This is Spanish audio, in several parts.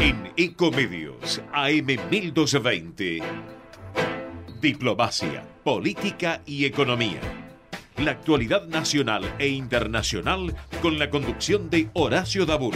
En Ecomedios AM 1220. Diplomacia, política y economía. La actualidad nacional e internacional con la conducción de Horacio Dabur.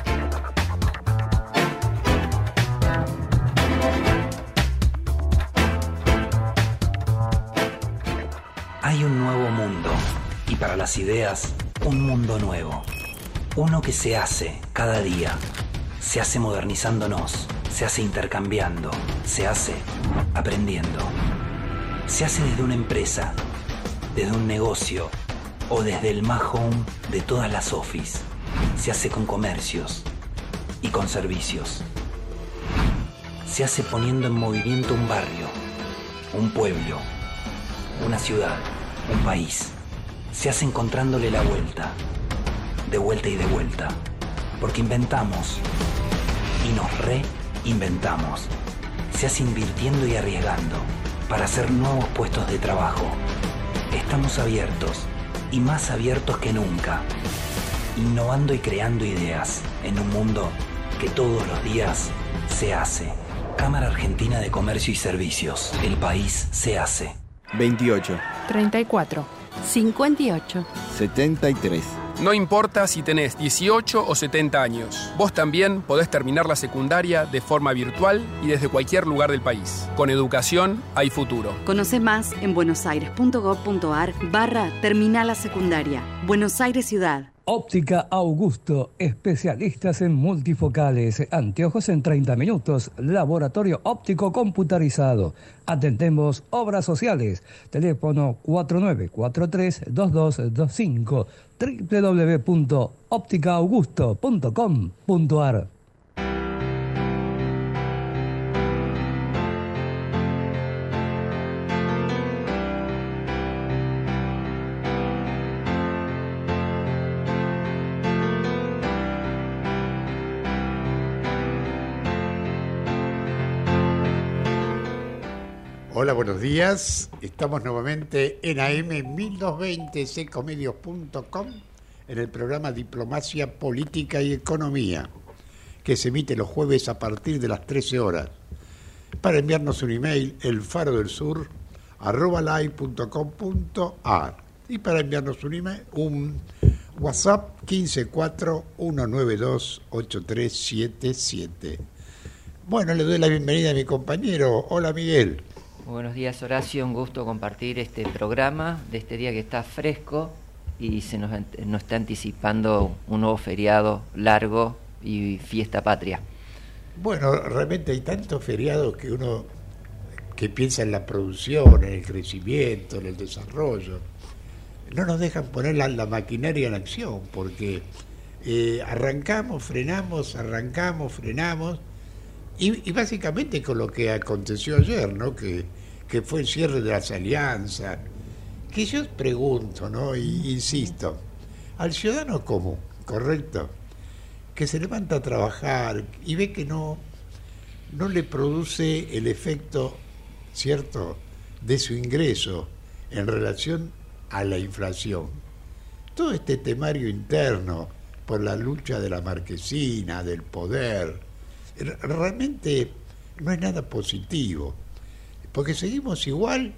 Hay un nuevo mundo, y para las ideas, un mundo nuevo. Uno que se hace cada día. Se hace modernizándonos, se hace intercambiando, se hace aprendiendo. Se hace desde una empresa, desde un negocio o desde el más home de todas las office. Se hace con comercios y con servicios. Se hace poniendo en movimiento un barrio, un pueblo, una ciudad, un país. Se hace encontrándole la vuelta, de vuelta y de vuelta, porque inventamos y nos reinventamos. Se hace invirtiendo y arriesgando para hacer nuevos puestos de trabajo. Estamos abiertos y más abiertos que nunca, innovando y creando ideas en un mundo que todos los días se hace. Cámara Argentina de Comercio y Servicios. El país se hace. 28, 34, 58, 73. No importa si tenés 18 o 70 años, vos también podés terminar la secundaria de forma virtual y desde cualquier lugar del país. Con educación hay futuro. Conoce más en buenosaires.gov.ar/terminal la secundaria. Buenos Aires Ciudad. Óptica Augusto, especialistas en multifocales, anteojos en 30 minutos, laboratorio óptico computarizado. Atendemos obras sociales. Teléfono 4943-2225, www.opticaaugusto.com.ar. Hola, buenos días. Estamos nuevamente en AM 1220 ecomedios.com en el programa Diplomacia, Política y Economía, que se emite los jueves a partir de las 13 horas. Para enviarnos un email, elfarodelsur@live.com.ar, y para enviarnos un WhatsApp 154-192-8377. Bueno, le doy la bienvenida a mi compañero. Hola, Miguel. Buenos días, Horacio, un gusto compartir este programa de este día que está fresco y se nos está anticipando un nuevo feriado largo y fiesta patria. Bueno, realmente hay tantos feriados que uno que piensa en la producción, en el crecimiento, en el desarrollo. No nos dejan poner la maquinaria en acción, porque arrancamos, frenamos, y básicamente con lo que aconteció ayer, ¿no? Que fue el cierre de las alianzas, que yo pregunto, ¿no? Y insisto, al ciudadano común, correcto, que se levanta a trabajar y ve que no le produce el efecto, ¿cierto?, de su ingreso en relación a la inflación. Todo este temario interno por la lucha de la marquesina, del poder, realmente no es nada positivo, porque seguimos igual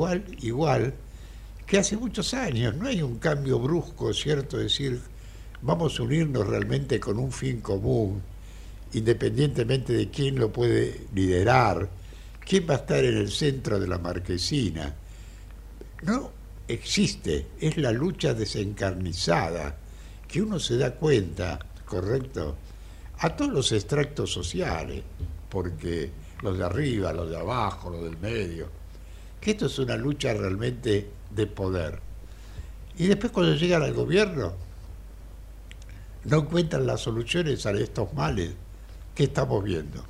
que hace muchos años. No hay un cambio brusco, ¿cierto? Es decir, vamos a unirnos realmente con un fin común, independientemente de quién lo puede liderar, quién va a estar en el centro de la marquesina. No existe, es la lucha desencarnizada, que uno se da cuenta, ¿correcto?, a todos los extractos sociales, porque los de arriba, los de abajo, los del medio, que esto es una lucha realmente de poder. Y después, cuando llegan al gobierno, no encuentran las soluciones a estos males que estamos viendo.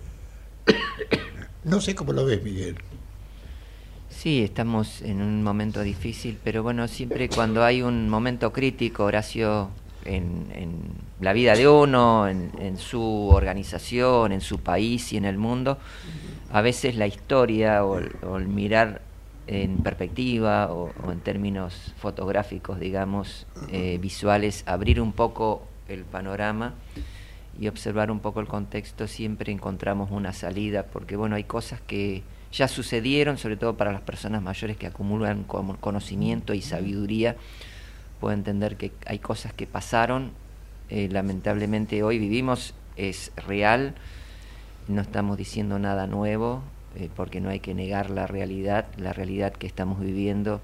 No sé cómo lo ves, Miguel. Sí, estamos en un momento difícil, pero bueno, siempre cuando hay un momento crítico, Horacio, en la vida de uno, en su organización, en su país y en el mundo, a veces la historia o el mirar en perspectiva o en términos fotográficos, digamos, visuales, abrir un poco el panorama y observar un poco el contexto, siempre encontramos una salida, porque bueno, hay cosas que ya sucedieron, sobre todo para las personas mayores que acumulan conocimiento y sabiduría, puedo entender que hay cosas que pasaron, lamentablemente hoy vivimos, es real, no estamos diciendo nada nuevo, porque no hay que negar la realidad que estamos viviendo,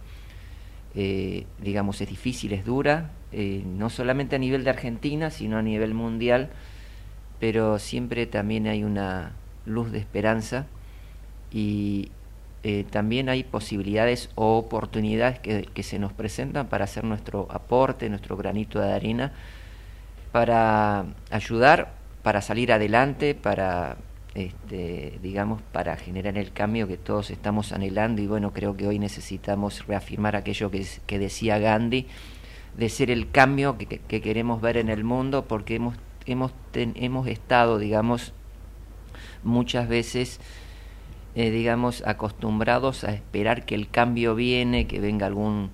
digamos, es difícil, es dura, no solamente a nivel de Argentina, sino a nivel mundial, pero siempre también hay una luz de esperanza y también hay posibilidades o oportunidades que se nos presentan para hacer nuestro aporte, nuestro granito de arena, para ayudar, para salir adelante, para digamos, para generar el cambio que todos estamos anhelando. Y bueno, creo que hoy necesitamos reafirmar aquello que decía Gandhi, de ser el cambio que queremos ver en el mundo, porque hemos estado, digamos, muchas veces digamos, acostumbrados a esperar que el cambio viene, que venga algún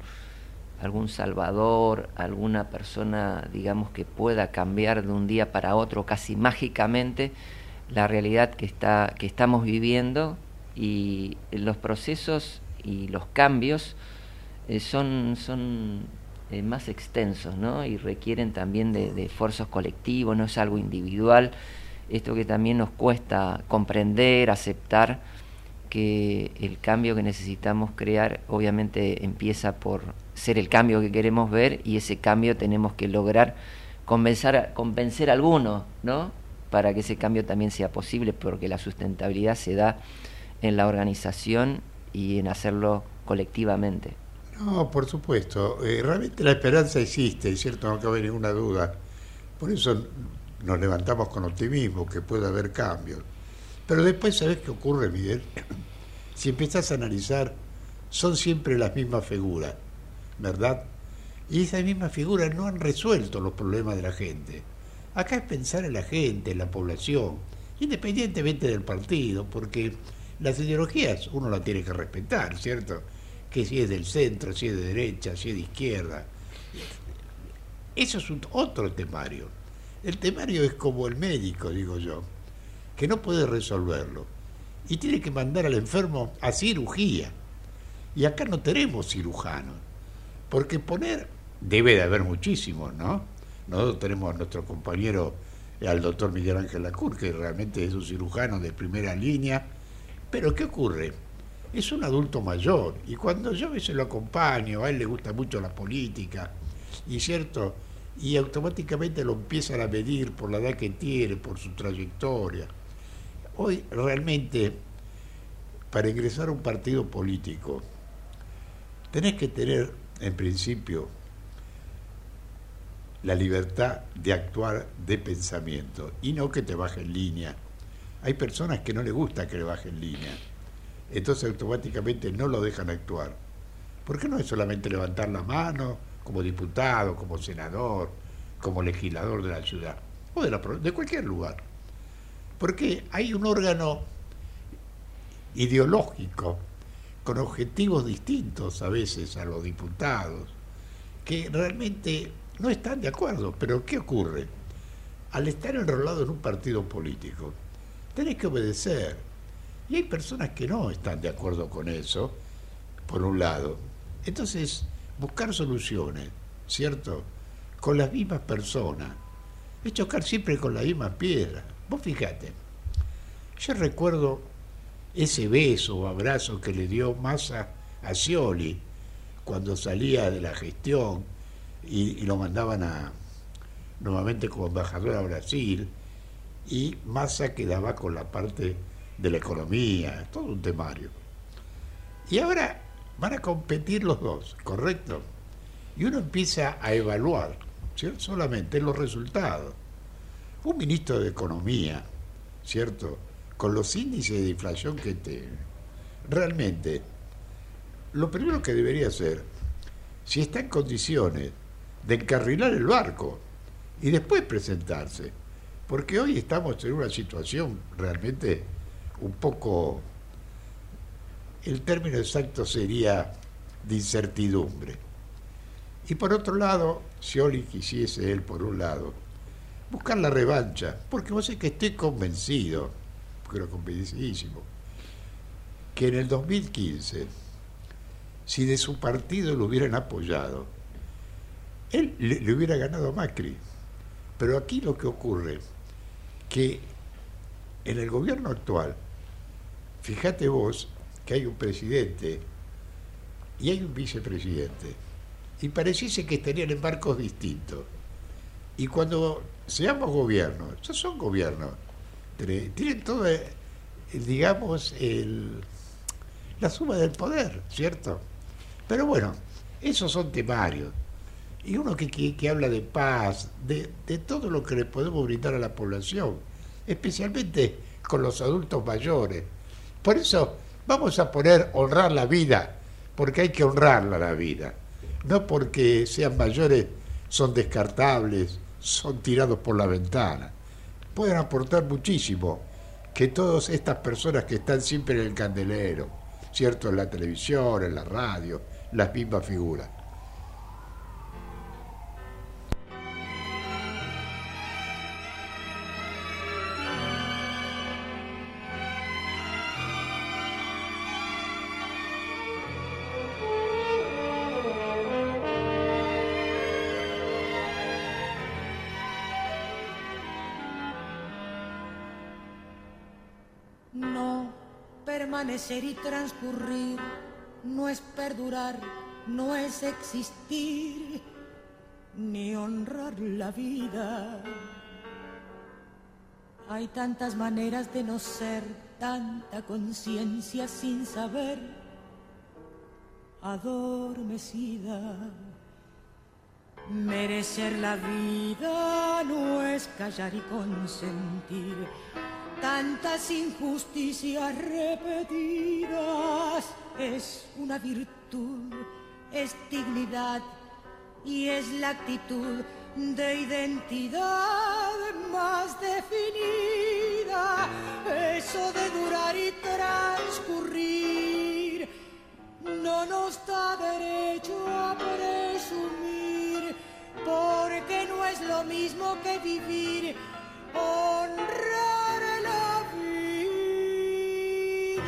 salvador, alguna persona, digamos, que pueda cambiar de un día para otro casi mágicamente la realidad que estamos viviendo, y los procesos y los cambios son más extensos, ¿no? Y requieren también de esfuerzos colectivos, no es algo individual. Esto que también nos cuesta comprender, aceptar, que el cambio que necesitamos crear obviamente empieza por ser el cambio que queremos ver, y ese cambio tenemos que lograr convencer a alguno, ¿no? Para que ese cambio también sea posible, porque la sustentabilidad se da en la organización y en hacerlo colectivamente. No, por supuesto. Realmente la esperanza existe, ¿cierto? No cabe ninguna duda. Por eso nos levantamos con optimismo, que puede haber cambios. Pero después, ¿sabés qué ocurre, Miguel? Si empiezas a analizar, son siempre las mismas figuras, ¿verdad? Y esas mismas figuras no han resuelto los problemas de la gente. Acá es pensar en la gente, en la población, independientemente del partido, porque las ideologías uno las tiene que respetar, ¿cierto? Que si es del centro, si es de derecha, si es de izquierda. Eso es otro temario. El temario es como el médico, digo yo, que no puede resolverlo y tiene que mandar al enfermo a cirugía. Y acá no tenemos cirujanos, porque debe de haber muchísimos, ¿no? Nosotros tenemos a nuestro compañero, al doctor Miguel Ángel Lacour, que realmente es un cirujano de primera línea, pero ¿qué ocurre? Es un adulto mayor, y cuando yo a veces lo acompaño, a él le gusta mucho la política, y cierto, y automáticamente lo empiezan a medir por la edad que tiene, por su trayectoria. Hoy realmente, para ingresar a un partido político, tenés que tener, en principio, la libertad de actuar de pensamiento, y no que te bajen línea. Hay personas que no les gusta que le bajen línea, entonces automáticamente no lo dejan actuar. ¿Por qué no es solamente levantar la mano como diputado, como senador, como legislador de la ciudad o de cualquier lugar? Porque hay un órgano ideológico con objetivos distintos a veces a los diputados, que realmente no están de acuerdo. Pero ¿qué ocurre? Al estar enrolado en un partido político, tenés que obedecer. Y hay personas que no están de acuerdo con eso, por un lado. Entonces, buscar soluciones, ¿cierto?, con las mismas personas, es chocar siempre con la misma piedra. Vos fíjate, yo recuerdo ese beso o abrazo que le dio Massa a Scioli cuando salía de la gestión y lo mandaban nuevamente como embajador a Brasil, y Massa quedaba con la parte de la economía, todo un temario. Y ahora van a competir los dos, ¿correcto? Y uno empieza a evaluar, ¿cierto?, solamente los resultados. Un ministro de Economía, ¿cierto?, con los índices de inflación que realmente, lo primero que debería hacer, si está en condiciones de encarrilar el barco y después presentarse, porque hoy estamos en una situación realmente un poco, el término exacto sería de incertidumbre. Y por otro lado, Scioli quisiese él, por un lado, buscar la revancha, porque vos sabés que estoy convencido, creo convencidísimo, que en el 2015, si de su partido lo hubieran apoyado, él le hubiera ganado a Macri. Pero aquí lo que ocurre, que en el gobierno actual, fíjate vos que hay un presidente y hay un vicepresidente, y pareciese que estarían en barcos distintos. Y cuando seamos gobierno, esos son gobiernos, tienen todo, digamos, la suma del poder, ¿cierto? Pero bueno, esos son temarios. Y uno que habla de paz, de todo lo que le podemos brindar a la población, especialmente con los adultos mayores. Por eso vamos a poner honrar la vida, porque hay que honrarla la vida. No porque sean mayores son descartables, son tirados por la ventana. Pueden aportar muchísimo, que todas estas personas que están siempre en el candelero, ¿cierto? En la televisión, en la radio, las mismas figuras. Permanecer y transcurrir no es perdurar, no es existir, ni honrar la vida. Hay tantas maneras de no ser, tanta conciencia sin saber, adormecida. Merecer la vida no es callar y consentir tantas injusticias repetidas. Es una virtud, es dignidad y es la actitud de identidad más definida. Eso de durar y transcurrir no nos da derecho a presumir, porque no es lo mismo que vivir, honrar la vida.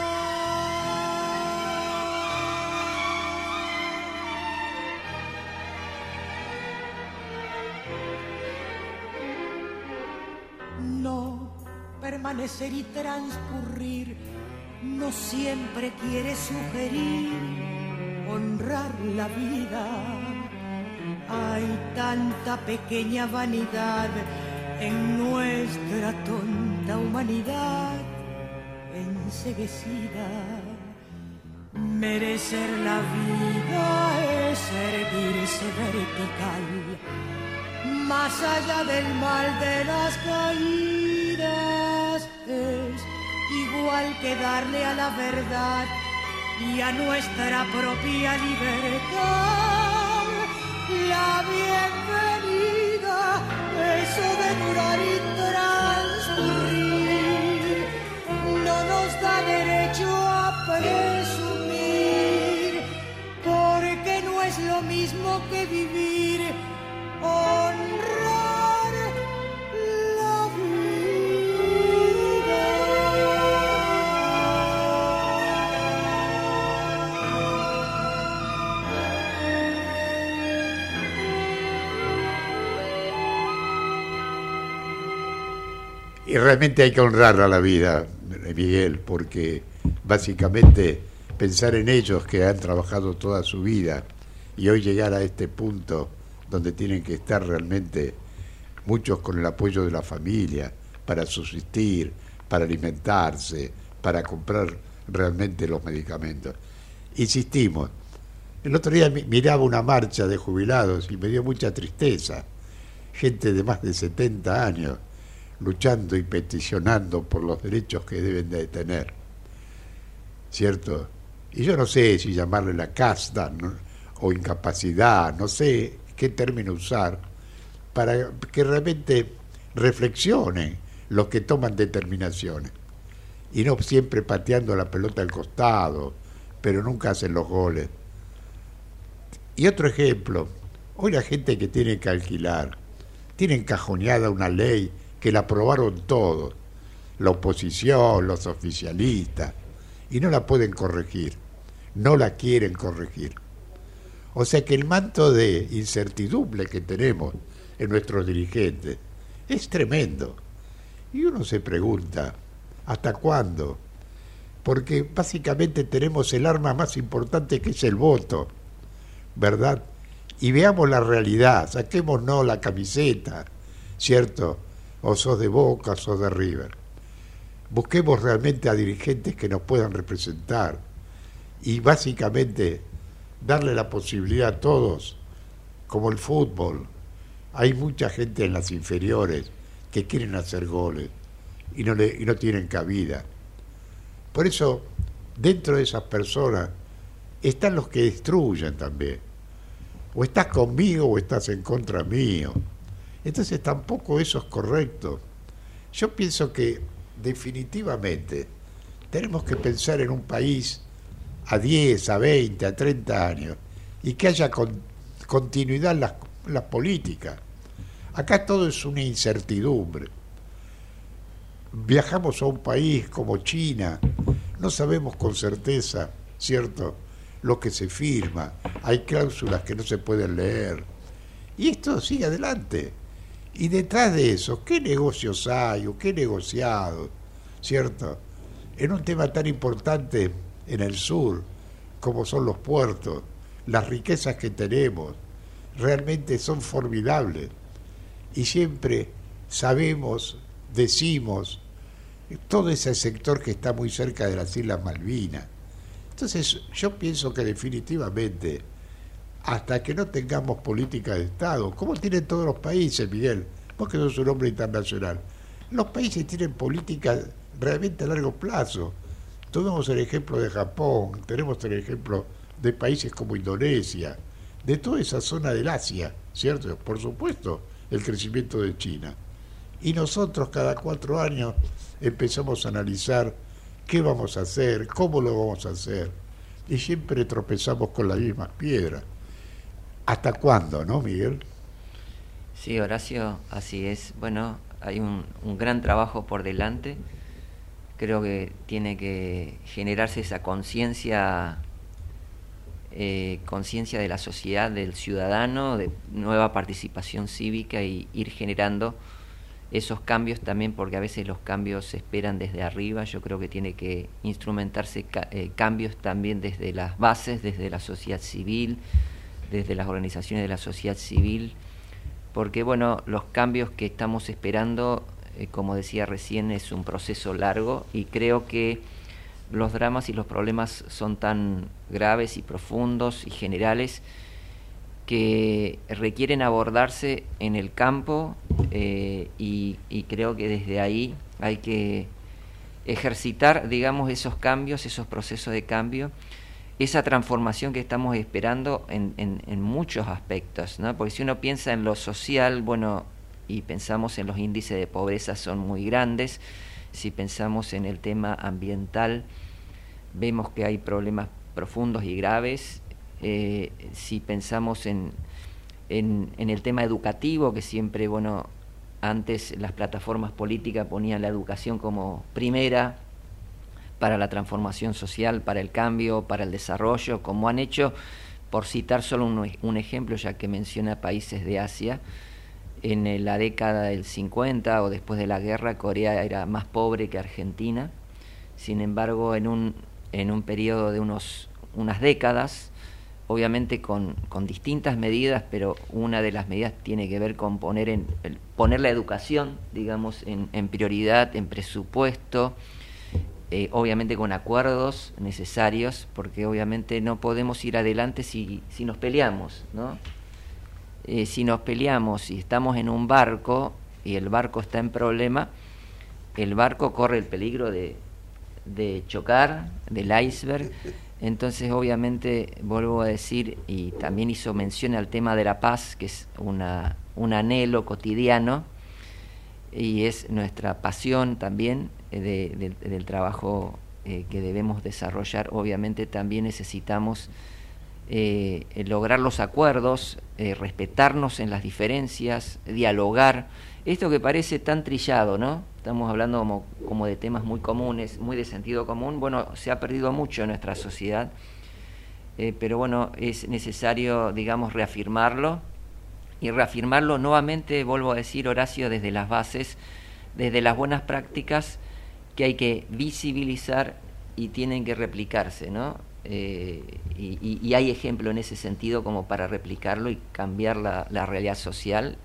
No, permanecer y transcurrir no siempre quiere sugerir honrar la vida. Hay tanta pequeña vanidad en nuestra tonta humanidad enceguecida. Merecer la vida es erguirse vertical, más allá del mal de las caídas. Es igual que darle a la verdad y a nuestra propia libertad la bienvenida. Eso de durar y transcurrir no nos da derecho a presumir, porque no es lo mismo que vivir, honrar la vida. Y realmente hay que honrar a la vida, Miguel, porque básicamente pensar en ellos que han trabajado toda su vida y hoy llegar a este punto donde tienen que estar realmente muchos con el apoyo de la familia para subsistir, para alimentarse, para comprar realmente los medicamentos. Insistimos, el otro día miraba una marcha de jubilados y me dio mucha tristeza, gente de más de 70 años luchando y peticionando por los derechos que deben de tener, ¿cierto? Y yo no sé si llamarle la casta, ¿no?, o incapacidad, no sé qué término usar, para que realmente reflexionen los que toman determinaciones, y no siempre pateando la pelota al costado, pero nunca hacen los goles. Y otro ejemplo, hoy la gente que tiene que alquilar tienen cajoneada una ley que la aprobaron todos, la oposición, los oficialistas, y no la pueden corregir, no la quieren corregir. O sea que el manto de incertidumbre que tenemos en nuestros dirigentes es tremendo. Y uno se pregunta, ¿hasta cuándo? Porque básicamente tenemos el arma más importante, que es el voto, ¿verdad? Y veamos la realidad, saquémonos la camiseta, ¿cierto? O sos de Boca, o sos de River. Busquemos realmente a dirigentes que nos puedan representar y básicamente darle la posibilidad a todos, como el fútbol. Hay mucha gente en las inferiores que quieren hacer goles y no tienen cabida. Por eso, dentro de esas personas están los que destruyen también. O estás conmigo o estás en contra mío. Entonces tampoco eso es correcto. Yo pienso que definitivamente tenemos que pensar en un país a 10, a 20, a 30 años y que haya continuidad en las políticas. Acá todo es una incertidumbre. Viajamos a un país como China, no sabemos con certeza, ¿cierto?, lo que se firma, hay cláusulas que no se pueden leer, y esto sigue adelante. Y detrás de eso, ¿qué negocios hay o qué negociados, ¿cierto?, en un tema tan importante en el sur como son los puertos? Las riquezas que tenemos realmente son formidables y siempre sabemos, decimos, todo ese sector que está muy cerca de las Islas Malvinas. Entonces yo pienso que definitivamente, hasta que no tengamos política de Estado, como tienen todos los países, Miguel, vos que sos un hombre internacional, los países tienen políticas realmente a largo plazo. Tomemos el ejemplo de Japón, tenemos el ejemplo de países como Indonesia, de toda esa zona del Asia, ¿cierto? Por supuesto, el crecimiento de China. Y nosotros cada 4 años empezamos a analizar qué vamos a hacer, cómo lo vamos a hacer, y siempre tropezamos con las mismas piedras. ¿Hasta cuándo, no, Miguel? Sí, Horacio, así es. Bueno, hay un gran trabajo por delante. Creo que tiene que generarse esa conciencia de la sociedad, del ciudadano, de nueva participación cívica, y ir generando esos cambios también, porque a veces los cambios se esperan desde arriba. Yo creo que tiene que instrumentarse cambios también desde las bases, desde la sociedad civil, desde las organizaciones de la sociedad civil, porque bueno, los cambios que estamos esperando, como decía recién, es un proceso largo, y creo que los dramas y los problemas son tan graves y profundos y generales que requieren abordarse en el campo, y creo que desde ahí hay que ejercitar, digamos, esos cambios, esos procesos de cambio, esa transformación que estamos esperando en muchos aspectos, ¿no? Porque si uno piensa en lo social, bueno, y pensamos en los índices de pobreza son muy grandes. Si pensamos en el tema ambiental, vemos que hay problemas profundos y graves. Si pensamos en el tema educativo, que siempre, bueno, antes las plataformas políticas ponían la educación como primera para la transformación social, para el cambio, para el desarrollo, como han hecho, por citar solo un ejemplo, ya que menciona países de Asia. En la década del 50 o después de la guerra, Corea era más pobre que Argentina. Sin embargo, en un periodo de unas décadas, obviamente con distintas medidas, pero una de las medidas tiene que ver con poner la educación, digamos, en prioridad, en presupuesto, obviamente con acuerdos necesarios, porque obviamente no podemos ir adelante si nos peleamos, ¿no? Si nos peleamos y estamos en un barco y el barco está en problema, el barco corre el peligro de chocar, del iceberg. Entonces, obviamente, vuelvo a decir, y también hizo mención al tema de la paz, que es un anhelo cotidiano, y es nuestra pasión también del trabajo que debemos desarrollar. Obviamente también necesitamos lograr los acuerdos, respetarnos en las diferencias, dialogar. Esto que parece tan trillado, ¿no? Estamos hablando como de temas muy comunes, muy de sentido común. Bueno, se ha perdido mucho en nuestra sociedad, pero bueno, es necesario, digamos, reafirmarlo. Y reafirmarlo nuevamente, vuelvo a decir, Horacio, desde las bases, desde las buenas prácticas que hay que visibilizar y tienen que replicarse, ¿no? Y hay ejemplo en ese sentido como para replicarlo y cambiar la realidad social.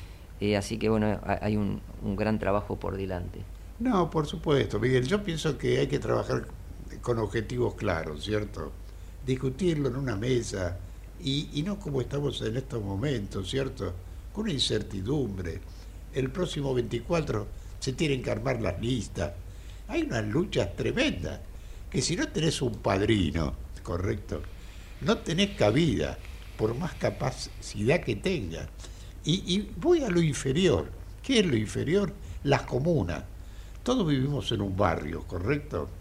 Así que bueno, hay un gran trabajo por delante. No, por supuesto, Miguel. Yo pienso que hay que trabajar con objetivos claros, ¿cierto? Discutirlo en una mesa y no como estamos en estos momentos, ¿cierto? Con una incertidumbre. El próximo 24 se tienen que armar las listas. Hay unas luchas tremendas que si no tenés un padrino, correcto, no tenés cabida, por más capacidad que tengas. Y voy a lo inferior. ¿Qué es lo inferior? Las comunas. Todos vivimos en un barrio, ¿correcto?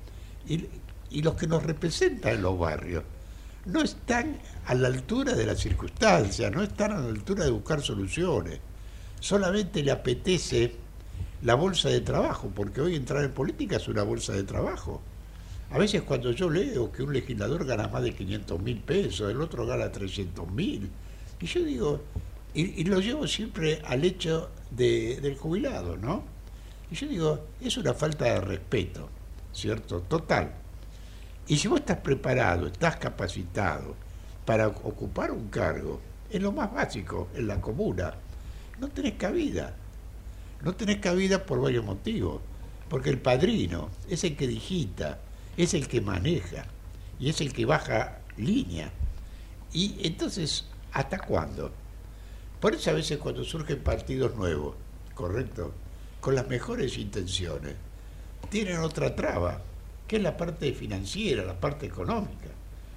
Y los que nos representan en los barrios no están a la altura de las circunstancias, no están a la altura de buscar soluciones. Solamente le apetece la bolsa de trabajo, porque hoy entrar en política es una bolsa de trabajo. A veces cuando yo leo que un legislador gana más de 500.000 pesos, el otro gana 300.000, y yo digo, y lo llevo siempre al hecho del jubilado, ¿no? Y yo digo, es una falta de respeto, ¿cierto? Total. Y si vos estás preparado, estás capacitado para ocupar un cargo, en lo más básico, en la comuna, no tenés cabida. No tenés cabida por varios motivos. Porque el padrino es el que digita, es el que maneja y es el que baja línea. Y entonces, ¿hasta cuándo? Por eso a veces cuando surgen partidos nuevos, ¿correcto?, con las mejores intenciones, tienen otra traba, que es la parte financiera, la parte económica,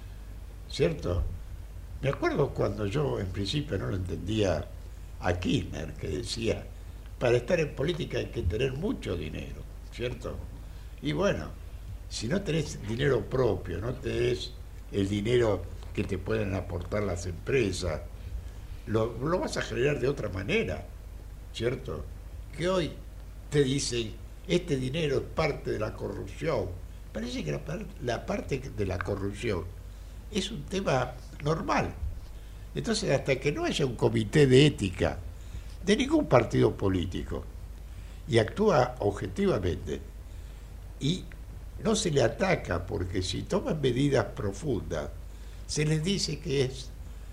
¿cierto? Me acuerdo cuando yo en principio no lo entendía a Kirchner, que decía, para estar en política hay que tener mucho dinero, ¿cierto? Y bueno, si no tenés dinero propio, no tenés el dinero que te pueden aportar las empresas, lo vas a generar de otra manera, ¿cierto? Que hoy te dicen, este dinero es parte de la corrupción. Parece que la parte de la corrupción es un tema normal. Entonces, hasta que no haya un comité de ética de ningún partido político y actúa objetivamente y no se le ataca, porque si toman medidas profundas, se les dice que es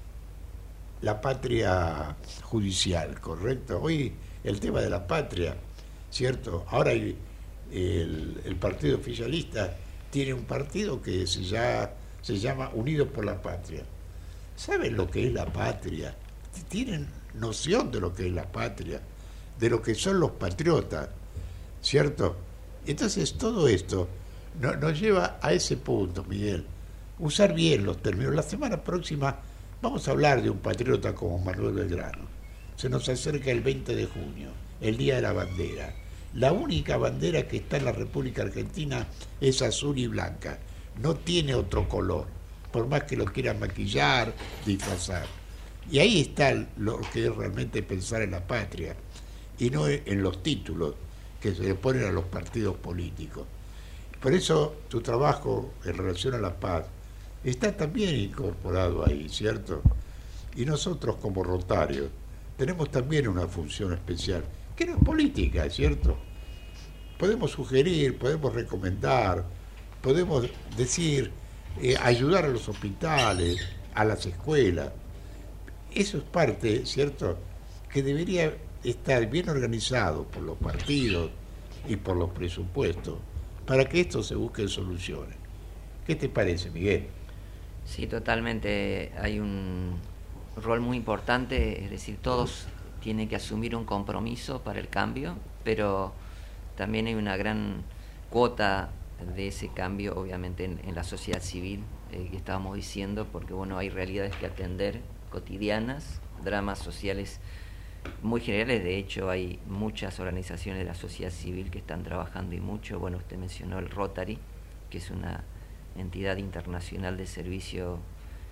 la patria judicial, ¿correcto? Hoy el tema de la patria, ¿cierto? Ahora el partido oficialista tiene un partido que se llama Unidos por la Patria. ¿Saben lo que es la patria? Tienen noción de lo que es la patria, de lo que son los patriotas, ¿cierto? Entonces todo esto nos lleva a ese punto, Miguel. Usar bien los términos. La semana próxima vamos a hablar de un patriota como Manuel Belgrano. Se nos acerca el 20 de junio, el Día de la Bandera. La única bandera que está en la República Argentina es azul y blanca. No tiene otro color, por más que lo quieran maquillar, disfrazar. Y ahí está lo que es realmente pensar en la patria, y no en los títulos que se le ponen a los partidos políticos. Por eso tu trabajo en relación a la paz está también incorporado ahí, ¿cierto? Y nosotros como Rotarios tenemos también una función especial, que no es política, ¿cierto? Podemos sugerir, podemos recomendar, podemos decir, ayudar a los hospitales, a las escuelas. Eso es parte, ¿cierto?, que debería estar bien organizado por los partidos y por los presupuestos, para que esto se busquen soluciones. ¿Qué te parece, Miguel? Sí, totalmente. Hay un rol muy importante, es decir, todos tienen que asumir un compromiso para el cambio, pero también hay una gran cuota de ese cambio, obviamente, en la sociedad civil, que estábamos diciendo, porque bueno, hay realidades que atender cotidianas, dramas sociales muy generales. De hecho, hay muchas organizaciones de la sociedad civil que están trabajando y mucho. Bueno, usted mencionó el Rotary, que es una entidad internacional de servicio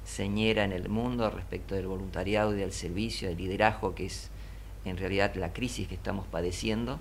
señera en el mundo respecto del voluntariado y del servicio, del liderazgo, que es en realidad la crisis que estamos padeciendo.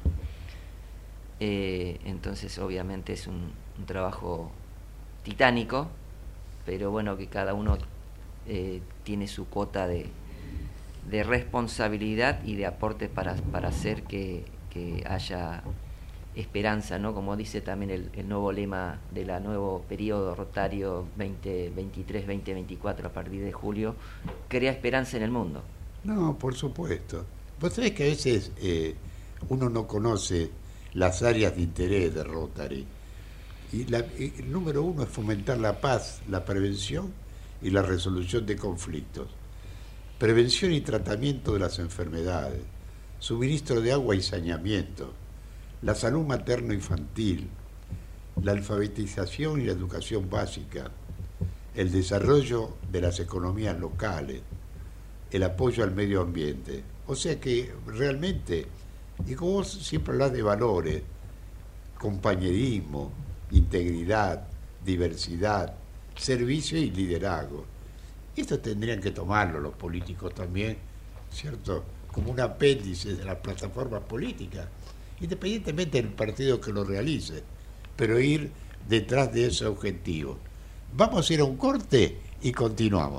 Entonces obviamente es un trabajo titánico, pero bueno, que cada uno tiene su cuota de responsabilidad y de aporte para hacer que haya esperanza, ¿no? Como dice también el nuevo lema del nuevo periodo rotario 2023-2024 a partir de julio, crea esperanza en el mundo. No, por supuesto. Vos sabés que a veces uno no conoce las áreas de interés de Rotary. Y el número 1 es fomentar la paz, la prevención y la resolución de conflictos. Prevención y tratamiento de las enfermedades, suministro de agua y saneamiento, la salud materno-infantil, la alfabetización y la educación básica, el desarrollo de las economías locales, el apoyo al medio ambiente. O sea que realmente, y como vos siempre hablas de valores, compañerismo, integridad, diversidad, servicio y liderazgo. Esto tendrían que tomarlo los políticos también, ¿cierto? Como un apéndice de las plataformas políticas, independientemente del partido que lo realice, pero ir detrás de ese objetivo. Vamos a ir a un corte y continuamos.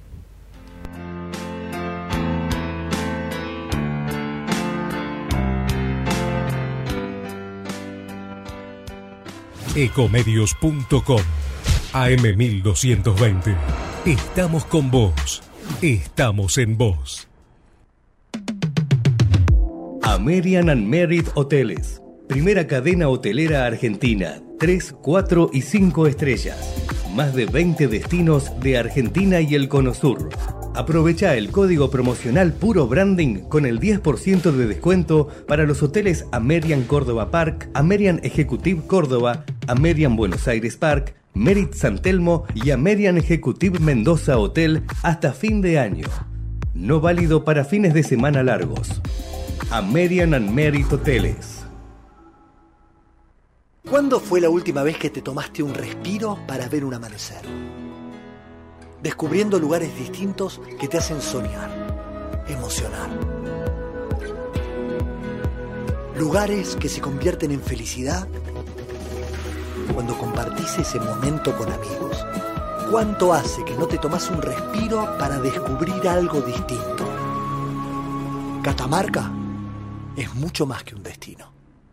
Ecomedios.com AM1220. Estamos con vos. Estamos en vos. American and Merit Hoteles. Primera cadena hotelera argentina. 3, 4 y 5 estrellas. Más de 20 destinos de Argentina y el Cono Sur. Aprovecha el código promocional Puro Branding con el 10% de descuento para los hoteles American Córdoba Park, American Executive Córdoba, American Buenos Aires Park, Merit San Telmo y American Executive Mendoza Hotel hasta fin de año. No válido para fines de semana largos. American and Merit Hoteles. ¿Cuándo fue la última vez que te tomaste un respiro para ver un amanecer? Descubriendo lugares distintos que te hacen soñar, emocionar. Lugares que se convierten en felicidad cuando compartís ese momento con amigos. ¿Cuánto hace que no te tomás un respiro para descubrir algo distinto? Catamarca es mucho más que un destino.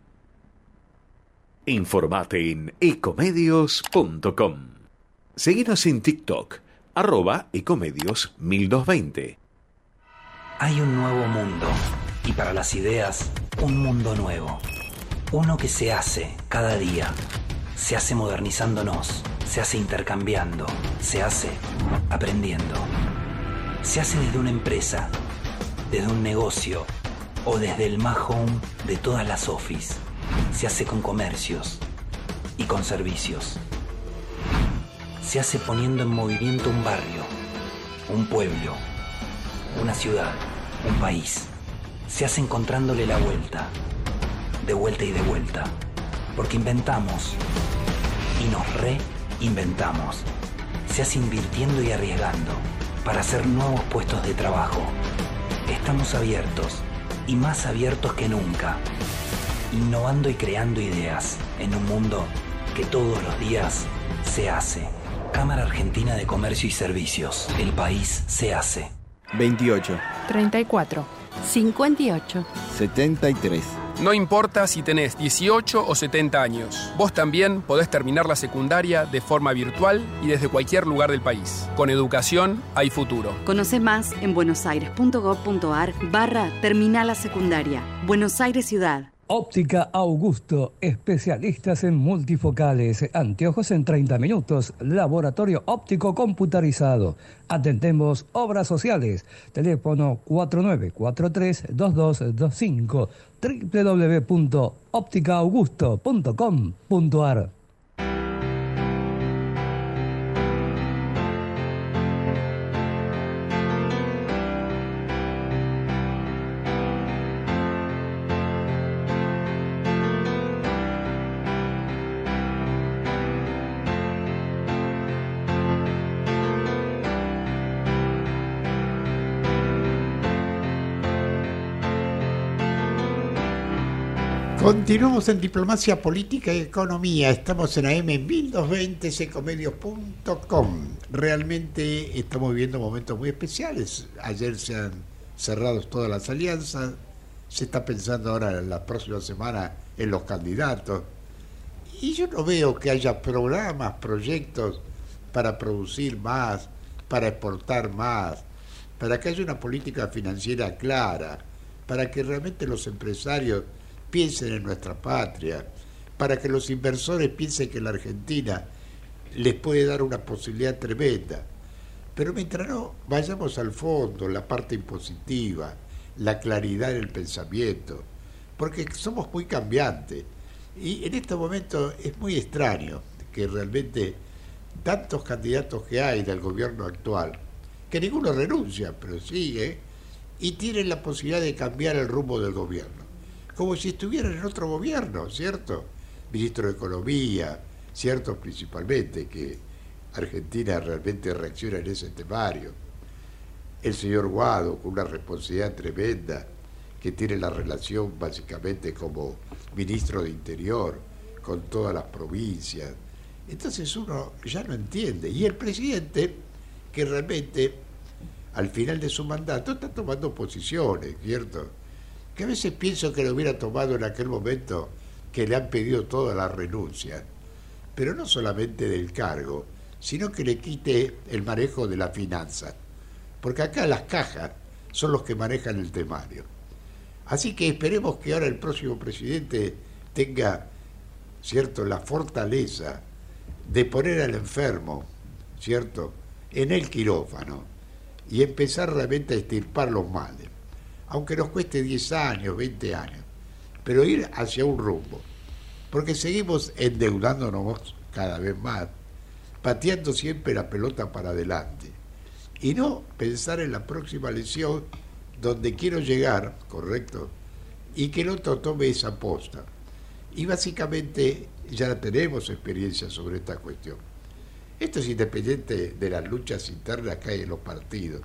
Informate en ecomedios.com. Seguinos en TikTok, @ecomedios1220. Hay un nuevo mundo, y para las ideas, un mundo nuevo. Uno que se hace cada día. Se hace modernizándonos, se hace intercambiando, se hace aprendiendo. Se hace desde una empresa, desde un negocio o desde el más home de todas las office. Se hace con comercios y con servicios. Se hace poniendo en movimiento un barrio, un pueblo, una ciudad, un país. Se hace encontrándole la vuelta, de vuelta y de vuelta. Porque inventamos y nos reinventamos. Se hace invirtiendo y arriesgando para hacer nuevos puestos de trabajo. Estamos abiertos y más abiertos que nunca. Innovando y creando ideas en un mundo que todos los días se hace. Cámara Argentina de Comercio y Servicios. El país se hace. 28. 34. 58. 73. No importa si tenés 18 o 70 años, vos también podés terminar la secundaria de forma virtual y desde cualquier lugar del país. Con educación hay futuro. Conoce más en buenosaires.gov.ar/terminal la secundaria. Buenos Aires Ciudad. Óptica Augusto, especialistas en multifocales, anteojos en 30 minutos, laboratorio óptico computarizado. Atendemos obras sociales. Teléfono 4943-2225, www.opticaaugusto.com.ar. Continuamos en Diplomacia Política y Economía. Estamos en AM 1220 secomedios.com. Realmente estamos viviendo momentos muy especiales. Ayer se han cerrado todas las alianzas. Se está pensando ahora en la próxima semana en los candidatos. Y yo no veo que haya programas, proyectos para producir más, para exportar más, para que haya una política financiera clara, para que realmente los empresarios piensen en nuestra patria, para que los inversores piensen que la Argentina les puede dar una posibilidad tremenda. Pero mientras no vayamos al fondo, la parte impositiva, la claridad en el pensamiento, porque somos muy cambiantes. Y en este momento es muy extraño que realmente tantos candidatos que hay del gobierno actual, que ninguno renuncia, pero sigue, y tienen la posibilidad de cambiar el rumbo del gobierno. Como si estuvieran en otro gobierno, ¿cierto? Ministro de Economía, ¿cierto? Principalmente, que Argentina realmente reacciona en ese temario. El señor Guado, con una responsabilidad tremenda, que tiene la relación básicamente como ministro de Interior con todas las provincias. Entonces uno ya no entiende. Y el presidente, que realmente al final de su mandato está tomando posiciones, ¿cierto? Que a veces pienso que lo hubiera tomado en aquel momento que le han pedido toda la renuncia, pero no solamente del cargo, sino que le quite el manejo de la finanza, porque acá las cajas son los que manejan el temario. Así que esperemos que ahora el próximo presidente tenga, ¿cierto?, la fortaleza de poner al enfermo, ¿cierto?, en el quirófano y empezar realmente a extirpar los males. Aunque nos cueste 10 años, 20 años, pero ir hacia un rumbo, porque seguimos endeudándonos cada vez más, pateando siempre la pelota para adelante, y no pensar en la próxima elección donde quiero llegar, correcto, y que el otro tome esa posta. Y básicamente ya tenemos experiencia sobre esta cuestión. Esto es independiente de las luchas internas que hay en los partidos.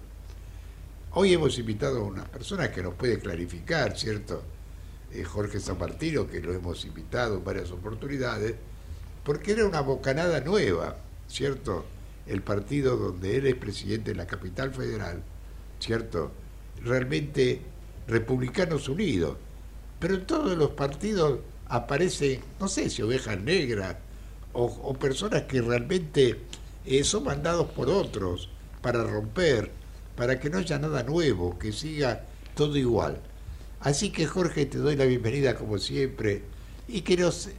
Hoy hemos invitado a una persona que nos puede clarificar, ¿cierto? Jorge Sammartino, que lo hemos invitado en varias oportunidades, porque era una bocanada nueva, ¿cierto? El partido donde él es presidente de la capital federal, ¿cierto? Realmente Republicanos Unidos. Pero en todos los partidos aparecen, no sé si ovejas negras o personas que realmente son mandados por otros para romper, para que no haya nada nuevo, que siga todo igual. Así que, Jorge, te doy la bienvenida como siempre y que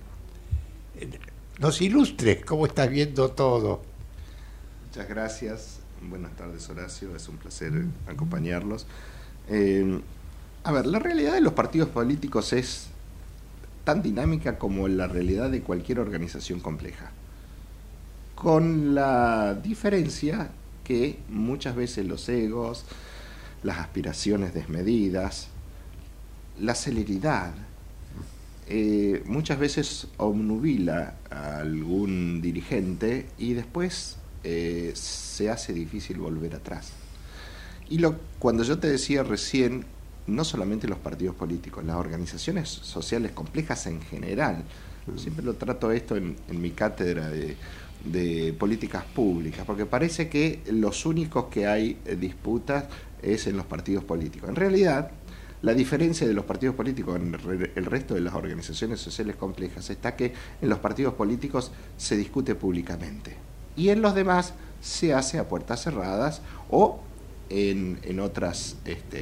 nos ilustres cómo estás viendo todo. Muchas gracias. Buenas tardes, Horacio. Es un placer acompañarlos. A ver, la realidad de los partidos políticos es tan dinámica como la realidad de cualquier organización compleja, con la diferencia que muchas veces los egos, las aspiraciones desmedidas, la celeridad, muchas veces obnubila a algún dirigente y después se hace difícil volver atrás. Y cuando yo te decía recién, no solamente los partidos políticos, las organizaciones sociales complejas en general, siempre lo trato esto en mi cátedra de políticas públicas, porque parece que los únicos que hay disputas es en los partidos políticos. En realidad, la diferencia de los partidos políticos en el resto de las organizaciones sociales complejas está que en los partidos políticos se discute públicamente y en los demás se hace a puertas cerradas o en otros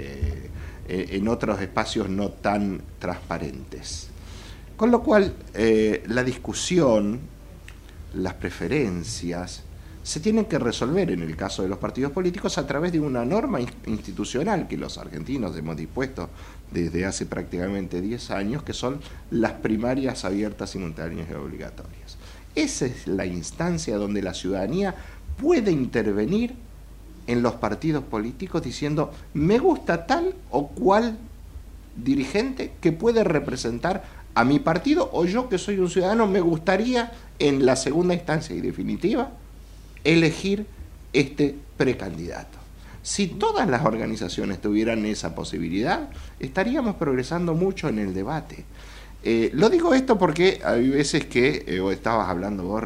espacios no tan transparentes. Con lo cual, la discusión, las preferencias, se tienen que resolver en el caso de los partidos políticos a través de una norma institucional que los argentinos hemos dispuesto desde hace prácticamente 10 años, que son las primarias abiertas, simultáneas y obligatorias. Esa es la instancia donde la ciudadanía puede intervenir en los partidos políticos diciendo, me gusta tal o cual dirigente que puede representar a mi partido, o yo que soy un ciudadano me gustaría en la segunda instancia y definitiva elegir este precandidato. Si todas las organizaciones tuvieran esa posibilidad, estaríamos progresando mucho en el debate. Lo digo esto porque hay veces que estabas hablando vos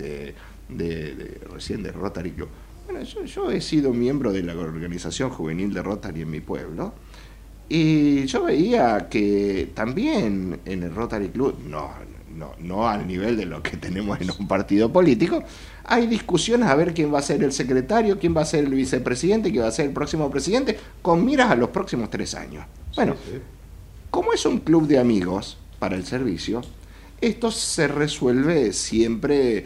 recién de Rotary Club. Bueno, yo he sido miembro de la organización juvenil de Rotary en mi pueblo, y yo veía que también en el Rotary Club, no al nivel de lo que tenemos en un partido político, hay discusiones a ver quién va a ser el secretario, quién va a ser el vicepresidente, quién va a ser el próximo presidente, con miras a los próximos 3 años. Bueno, como es un club de amigos para el servicio, esto se resuelve siempre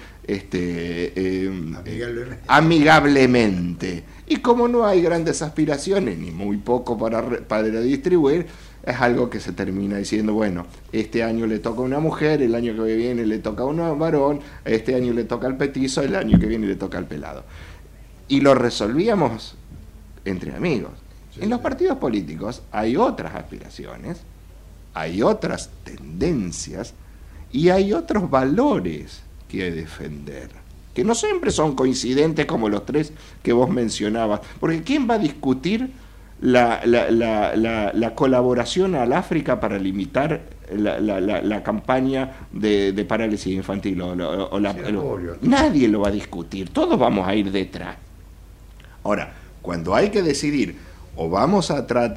amigablemente. Y como no hay grandes aspiraciones, ni muy poco para distribuir, es algo que se termina diciendo, bueno, este año le toca a una mujer, el año que viene le toca a un varón, este año le toca al petizo, el año que viene le toca al pelado. Y lo resolvíamos entre amigos. En los partidos políticos hay otras aspiraciones, hay otras tendencias y hay otros valores que defender, que no siempre son coincidentes como los 3 que vos mencionabas, porque ¿quién va a discutir la colaboración al África para limitar la campaña de parálisis infantil? Nadie lo va a discutir, todos vamos a ir detrás. Ahora, cuando hay que decidir o vamos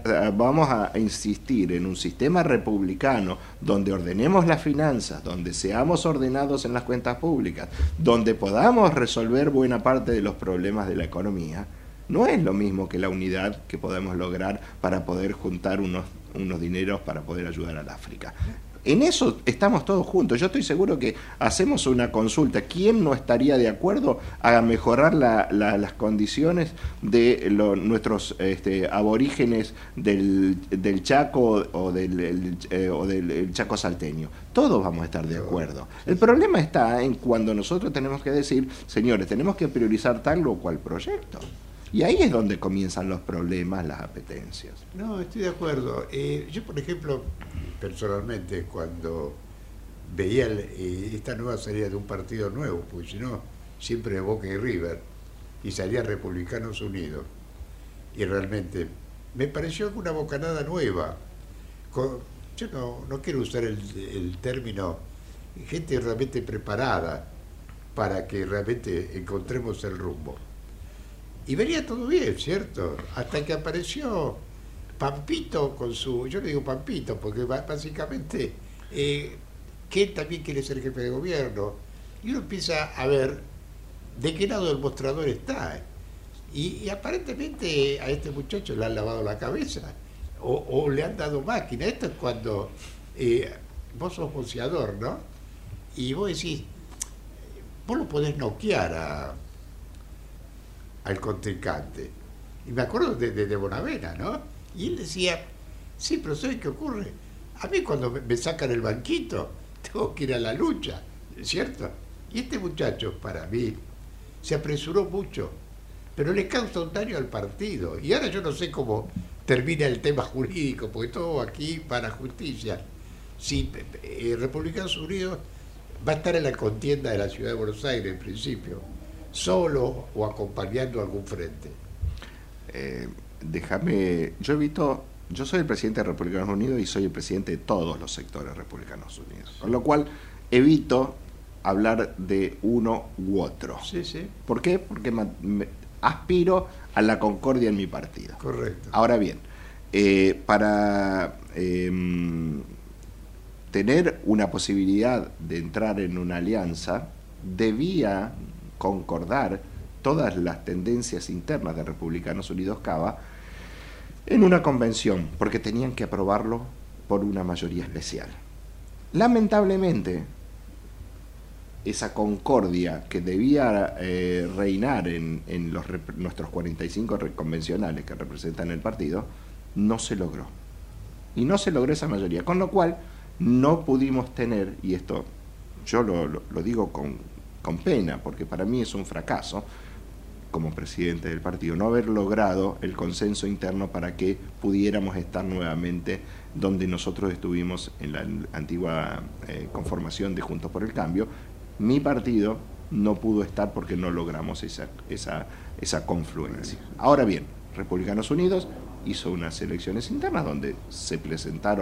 a insistir en un sistema republicano donde ordenemos las finanzas, donde seamos ordenados en las cuentas públicas, donde podamos resolver buena parte de los problemas de la economía, no es lo mismo que la unidad que podemos lograr para poder juntar unos dineros para poder ayudar al África. En eso estamos todos juntos. Yo estoy seguro que hacemos una consulta. ¿Quién no estaría de acuerdo a mejorar las condiciones de nuestros aborígenes del Chaco o del Chaco salteño? Todos vamos a estar de acuerdo. El problema está en cuando nosotros tenemos que decir, señores, tenemos que priorizar tal o cual proyecto. Y ahí es donde comienzan los problemas, las apetencias. No, estoy de acuerdo. Yo, por ejemplo, personalmente, cuando veía esta nueva salida de un partido nuevo, porque si no, siempre de Boca y River, y salía Republicanos Unidos, y realmente me pareció una bocanada nueva. Yo no quiero usar el término, gente realmente preparada para que realmente encontremos el rumbo. Y venía todo bien, ¿cierto? Hasta que apareció Pampito con su... Yo le digo Pampito porque básicamente que él también quiere ser jefe de gobierno. Y uno empieza a ver de qué lado del mostrador está. Y aparentemente a este muchacho le han lavado la cabeza o le han dado máquina. Esto es cuando vos sos boxeador, ¿no? Y vos decís, vos lo podés noquear al contrincante. Y me acuerdo de Bonavena, ¿no? Y él decía, sí, pero ¿sabes qué ocurre? A mí cuando me sacan el banquito, tengo que ir a la lucha, ¿cierto? Y este muchacho, para mí, se apresuró mucho, pero le causa un daño al partido. Y ahora yo no sé cómo termina el tema jurídico, porque todo aquí para justicia. Si Republicanos Unidos va a estar en la contienda de la Ciudad de Buenos Aires, en principio, solo o acompañando a algún frente. Yo soy el presidente de Republicanos Unidos y soy el presidente de todos los sectores Republicanos Unidos, con lo cual evito hablar de uno u otro. Sí, sí. ¿Por qué? Porque aspiro a la concordia en mi partido. Correcto. Ahora bien, para tener una posibilidad de entrar en una alianza, debía concordar todas las tendencias internas de Republicanos Unidos Cava en una convención, porque tenían que aprobarlo por una mayoría especial. Lamentablemente, esa concordia que debía reinar en nuestros 45 convencionales que representan el partido, no se logró. Y no se logró esa mayoría, con lo cual no pudimos tener, y esto yo lo digo con pena, porque para mí es un fracaso, como presidente del partido, no haber logrado el consenso interno para que pudiéramos estar nuevamente donde nosotros estuvimos en la antigua conformación de Juntos por el Cambio. Mi partido no pudo estar porque no logramos esa confluencia. Ahora bien, Republicanos Unidos hizo unas elecciones internas donde se presentaron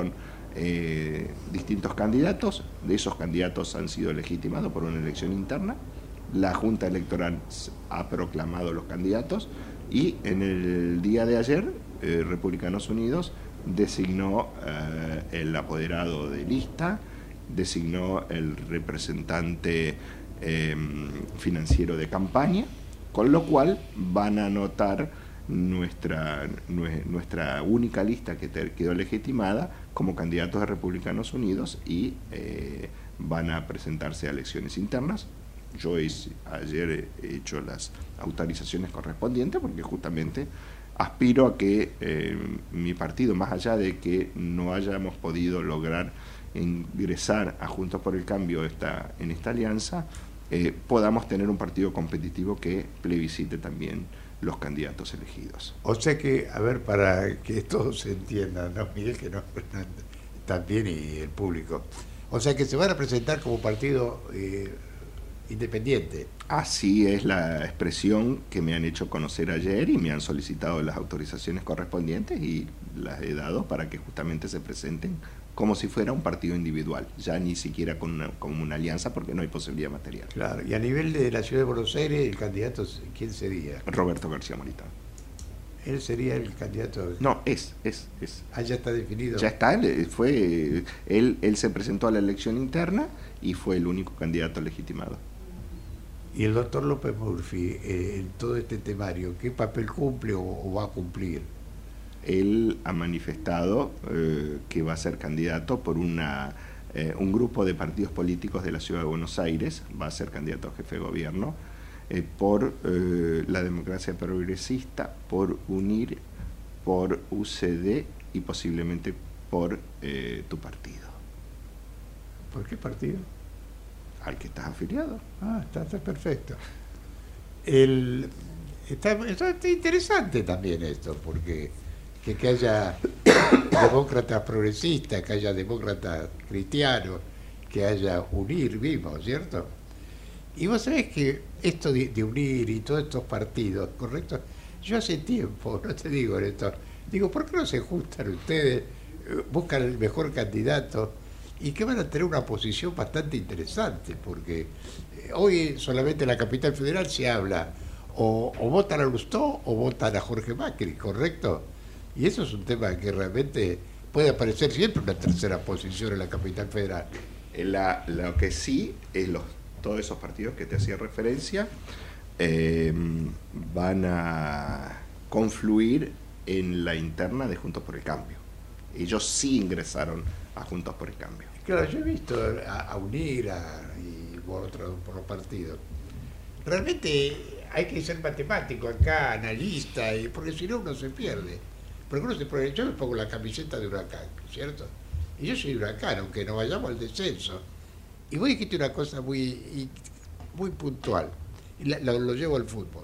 distintos candidatos. De esos candidatos han sido legitimados por una elección interna. La Junta Electoral ha proclamado los candidatos y en el día de ayer Republicanos Unidos designó el apoderado de lista, designó el representante financiero de campaña, con lo cual van a anotar nuestra única lista que quedó legitimada como candidatos de Republicanos Unidos y van a presentarse a elecciones internas. Yo ayer he hecho las autorizaciones correspondientes porque justamente aspiro a que mi partido, más allá de que no hayamos podido lograr ingresar a Juntos por el Cambio en esta alianza, podamos tener un partido competitivo que plebiscite también los candidatos elegidos. O sea que, a ver, para que todos se entiendan, ¿no, Miguel? Que no, también y el público. O sea que se van a presentar como partido independiente. Así es la expresión que me han hecho conocer ayer y me han solicitado las autorizaciones correspondientes y las he dado para que justamente se presenten como si fuera un partido individual, ya ni siquiera como una alianza porque no hay posibilidad material. Claro, y a nivel de la ciudad de Buenos Aires, el candidato, ¿quién sería? Roberto García Moritán. ¿Él sería el candidato? No, es. Ah, ya está definido. Ya está, él se presentó a la elección interna y fue el único candidato legitimado. Y el doctor López Murphy, en todo este temario, ¿qué papel cumple o va a cumplir? Él ha manifestado que va a ser candidato por un grupo de partidos políticos de la Ciudad de Buenos Aires, va a ser candidato a jefe de gobierno, por la democracia progresista, por UNIR, por UCD y posiblemente por tu partido. ¿Por qué partido? Al que estás afiliado. Ah, está perfecto. Está interesante también esto, porque que haya demócratas progresistas, que haya demócratas cristianos, que haya UNIR, vimos, ¿cierto? Y vos sabés que esto de UNIR y todos estos partidos, ¿correcto? Yo hace tiempo, no te digo esto, digo, ¿por qué no se juntan ustedes, buscan el mejor candidato y que van a tener una posición bastante interesante? Porque hoy solamente en la capital federal se habla o votan a Lustó o votan a Jorge Macri, ¿correcto? Y eso es un tema que realmente puede aparecer siempre una tercera posición en la capital federal. Lo que sí es todos esos partidos que te hacía referencia van a confluir en la interna de Juntos por el Cambio. Ellos sí ingresaron a Juntos por el Cambio. Claro, yo he visto a UNIR y por los partidos. Realmente hay que ser matemático acá, analista, porque si no uno se pierde. Porque yo me pongo la camiseta de Huracán, ¿cierto? Y yo soy Huracán, aunque no vayamos al descenso. Y vos dijiste una cosa muy puntual, y lo llevo al fútbol.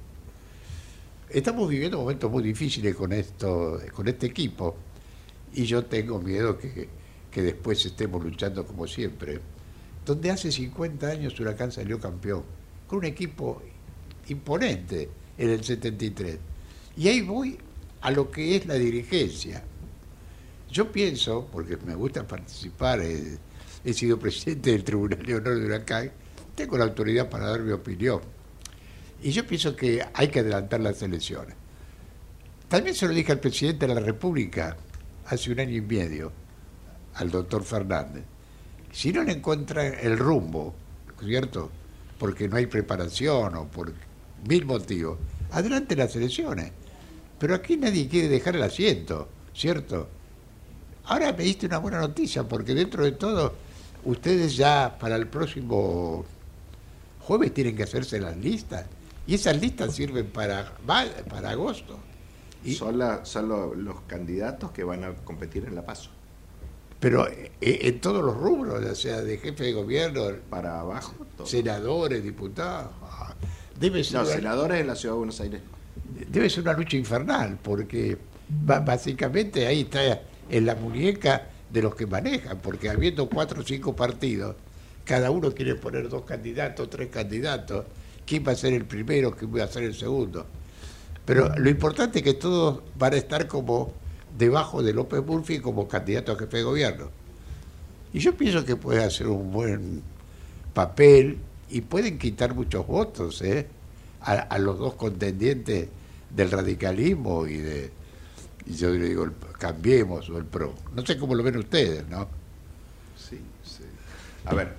Estamos viviendo momentos muy difíciles con este equipo, y yo tengo miedo que después estemos luchando como siempre. Donde hace 50 años Huracán salió campeón, con un equipo imponente en el 73. Y ahí voy a lo que es la dirigencia. Yo pienso, porque me gusta participar, he sido presidente del Tribunal de Honor de Huracán, tengo la autoridad para dar mi opinión. Y yo pienso que hay que adelantar las elecciones. También se lo dije al presidente de la República hace 1 año y medio, al doctor Fernández. Si no le encuentran el rumbo, ¿cierto? Porque no hay preparación o por 1000 motivos, adelante las elecciones. Pero aquí nadie quiere dejar el asiento, ¿cierto? Ahora me diste una buena noticia, porque dentro de todo, ustedes ya para el próximo jueves tienen que hacerse las listas, y esas listas sirven para agosto. Y son los candidatos que van a competir en la PASO. Pero en todos los rubros, o sea, de jefe de gobierno para abajo, todo. Senadores, diputados. Senadores en la Ciudad de Buenos Aires. Debe ser una lucha infernal, porque básicamente ahí está en la muñeca de los que manejan, porque habiendo 4 o 5 partidos, cada uno quiere poner 2 candidatos, 3 candidatos, quién va a ser el primero, quién va a ser el segundo. Pero lo importante es que todos van a estar como debajo de López Murphy como candidato a jefe de gobierno. Y yo pienso que puede hacer un buen papel y pueden quitar muchos votos a los dos contendientes del radicalismo y yo le digo, Cambiemos o el PRO. No sé cómo lo ven ustedes, ¿no? Sí. A ver,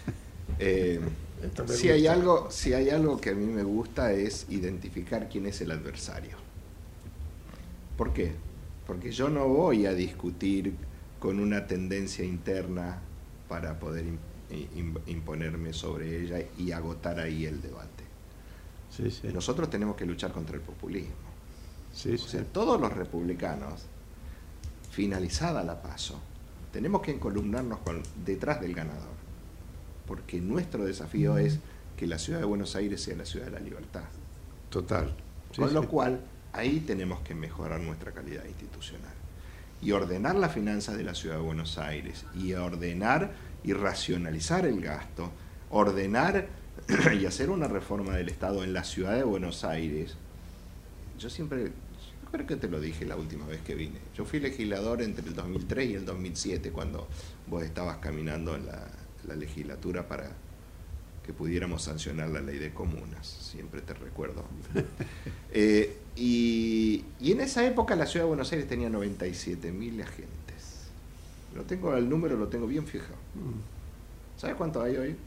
si hay algo que a mí me gusta es identificar quién es el adversario. ¿Por qué? Porque yo no voy a discutir con una tendencia interna para poder imponerme sobre ella y agotar ahí el debate. Sí. Nosotros tenemos que luchar contra el populismo. Sí. O sea, todos los republicanos, finalizada la PASO, tenemos que encolumnarnos detrás del ganador, porque nuestro desafío es que la ciudad de Buenos Aires sea la ciudad de la libertad. Total. Con lo cual, ahí tenemos que mejorar nuestra calidad institucional y ordenar las finanzas de la ciudad de Buenos Aires y ordenar y racionalizar el gasto, ordenar y hacer una reforma del Estado en la ciudad de Buenos Aires. Yo creo que te lo dije la última vez que vine. Yo fui legislador entre el 2003 y el 2007 cuando vos estabas caminando en la legislatura para que pudiéramos sancionar la ley de comunas. Siempre te recuerdo. Y en esa época la ciudad de Buenos Aires tenía 97.000 agentes. El número lo tengo bien fijado. ¿Sabes cuánto hay hoy?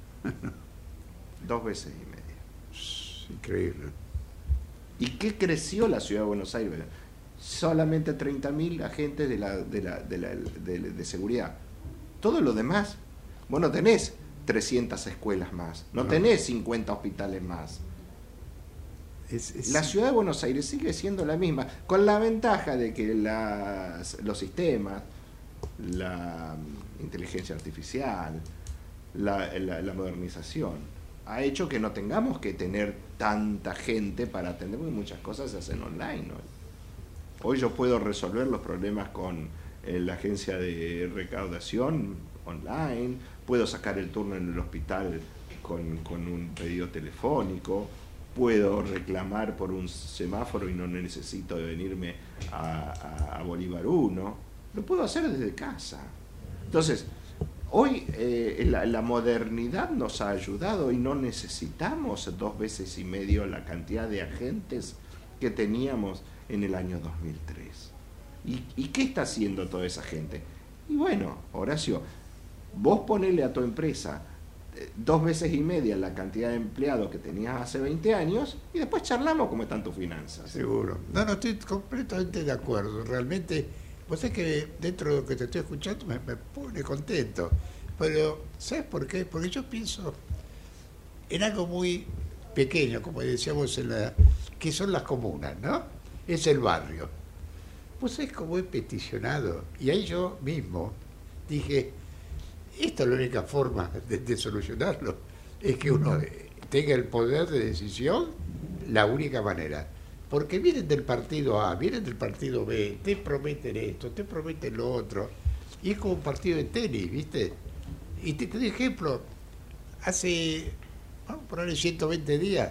2 veces y media. Increíble. ¿Y qué creció la ciudad de Buenos Aires? Solamente 30.000 agentes de seguridad. Todo lo demás, vos no tenés 300 escuelas más, no tenés 50 hospitales más. La ciudad de Buenos Aires sigue siendo la misma, con la ventaja de que los sistemas, la inteligencia artificial, la modernización, ha hecho que no tengamos que tener tanta gente para atender, porque muchas cosas se hacen online. Hoy yo puedo resolver los problemas con la agencia de recaudación online, puedo sacar el turno en el hospital con un pedido telefónico, puedo reclamar por un semáforo y no necesito de venirme a Bolívar 1, lo puedo hacer desde casa. Entonces, hoy la modernidad nos ha ayudado y no necesitamos 2 veces y medio la cantidad de agentes que teníamos en el año 2003. ¿Y qué está haciendo toda esa gente? Y bueno, Horacio, vos ponele a tu empresa 2 veces y media la cantidad de empleados que tenías hace 20 años y después charlamos cómo están tus finanzas. Seguro. No, estoy completamente de acuerdo. Realmente, vos sabés que dentro de lo que te estoy escuchando me pone contento. Pero, ¿sabes por qué? Porque yo pienso en algo muy pequeño, como decíamos, que son las comunas, ¿no? Es el barrio. Vos sabés cómo he peticionado. Y ahí yo mismo dije, esta es la única forma de solucionarlo, es que uno tenga el poder de decisión, la única manera. Porque vienen del partido A, vienen del partido B, te prometen esto, te prometen lo otro, y es como un partido de tenis, ¿viste? Y te doy ejemplo, vamos a ponerle 120 días,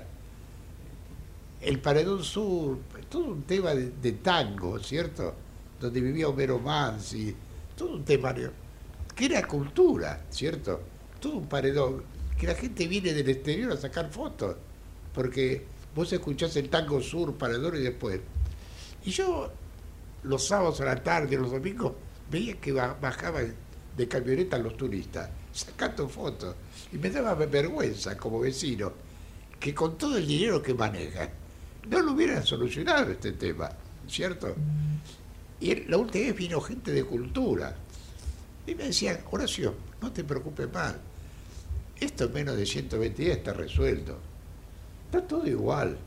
el Paredón Sur, todo un tema de tango, ¿cierto? Donde vivía Homero Mansi, todo un tema que era cultura, ¿cierto? Todo un paredón, que la gente viene del exterior a sacar fotos, porque vos escuchás el tango sur, paredón y después. Y yo, los sábados a la tarde, los domingos, veía que bajaban de camioneta los turistas, sacando fotos, y me daba vergüenza como vecino, que con todo el dinero que manejan, no lo hubieran solucionado este tema, ¿cierto? Y la última vez vino gente de cultura, y me decían, Horacio, no te preocupes más, esto en menos de 120 días está resuelto. Está todo igual.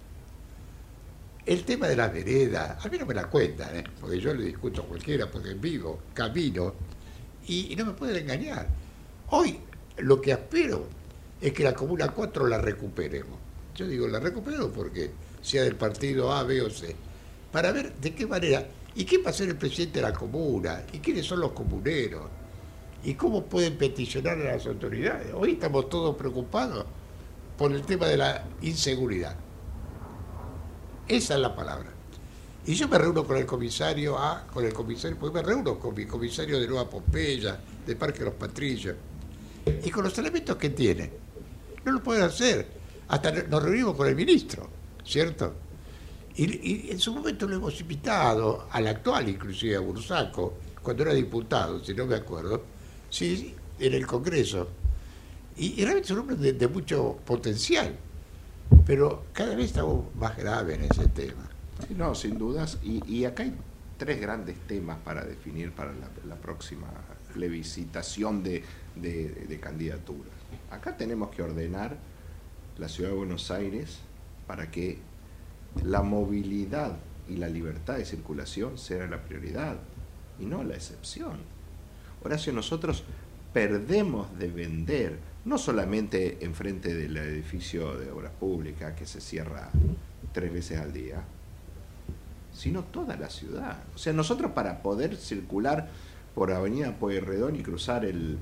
El tema de las veredas, a mí no me la cuentan, porque yo le discuto a cualquiera, porque en vivo, camino, y no me pueden engañar. Hoy lo que aspiro es que la Comuna 4 la recuperemos. Yo digo, la recupero porque sea del partido A, B o C, para ver de qué manera, y qué va a hacer el presidente de la comuna, y quiénes son los comuneros, y cómo pueden peticionar a las autoridades. Hoy estamos todos preocupados por el tema de la inseguridad. Esa es la palabra. Y yo me reúno con el comisario pues me reúno con mi comisario de Nueva Pompeya, de Parque Los Patricios, y con los elementos que tiene. No lo pueden hacer. Hasta nos reunimos con el ministro, ¿cierto? Y en su momento lo hemos invitado, al actual inclusive, a Bursaco, cuando era diputado, si no me acuerdo, sí, en el Congreso. Y realmente es un hombre de mucho potencial, pero cada vez estamos más graves en ese tema. Sí, no, sin dudas. Y acá hay 3 grandes temas para definir para la próxima plebiscitación de candidaturas. Acá tenemos que ordenar la ciudad de Buenos Aires para que la movilidad y la libertad de circulación sea la prioridad y no la excepción. Horacio, nosotros perdemos de vender, no solamente enfrente del edificio de obras públicas que se cierra 3 veces al día, sino toda la ciudad. O sea, nosotros para poder circular por Avenida Pueyrredón y cruzar el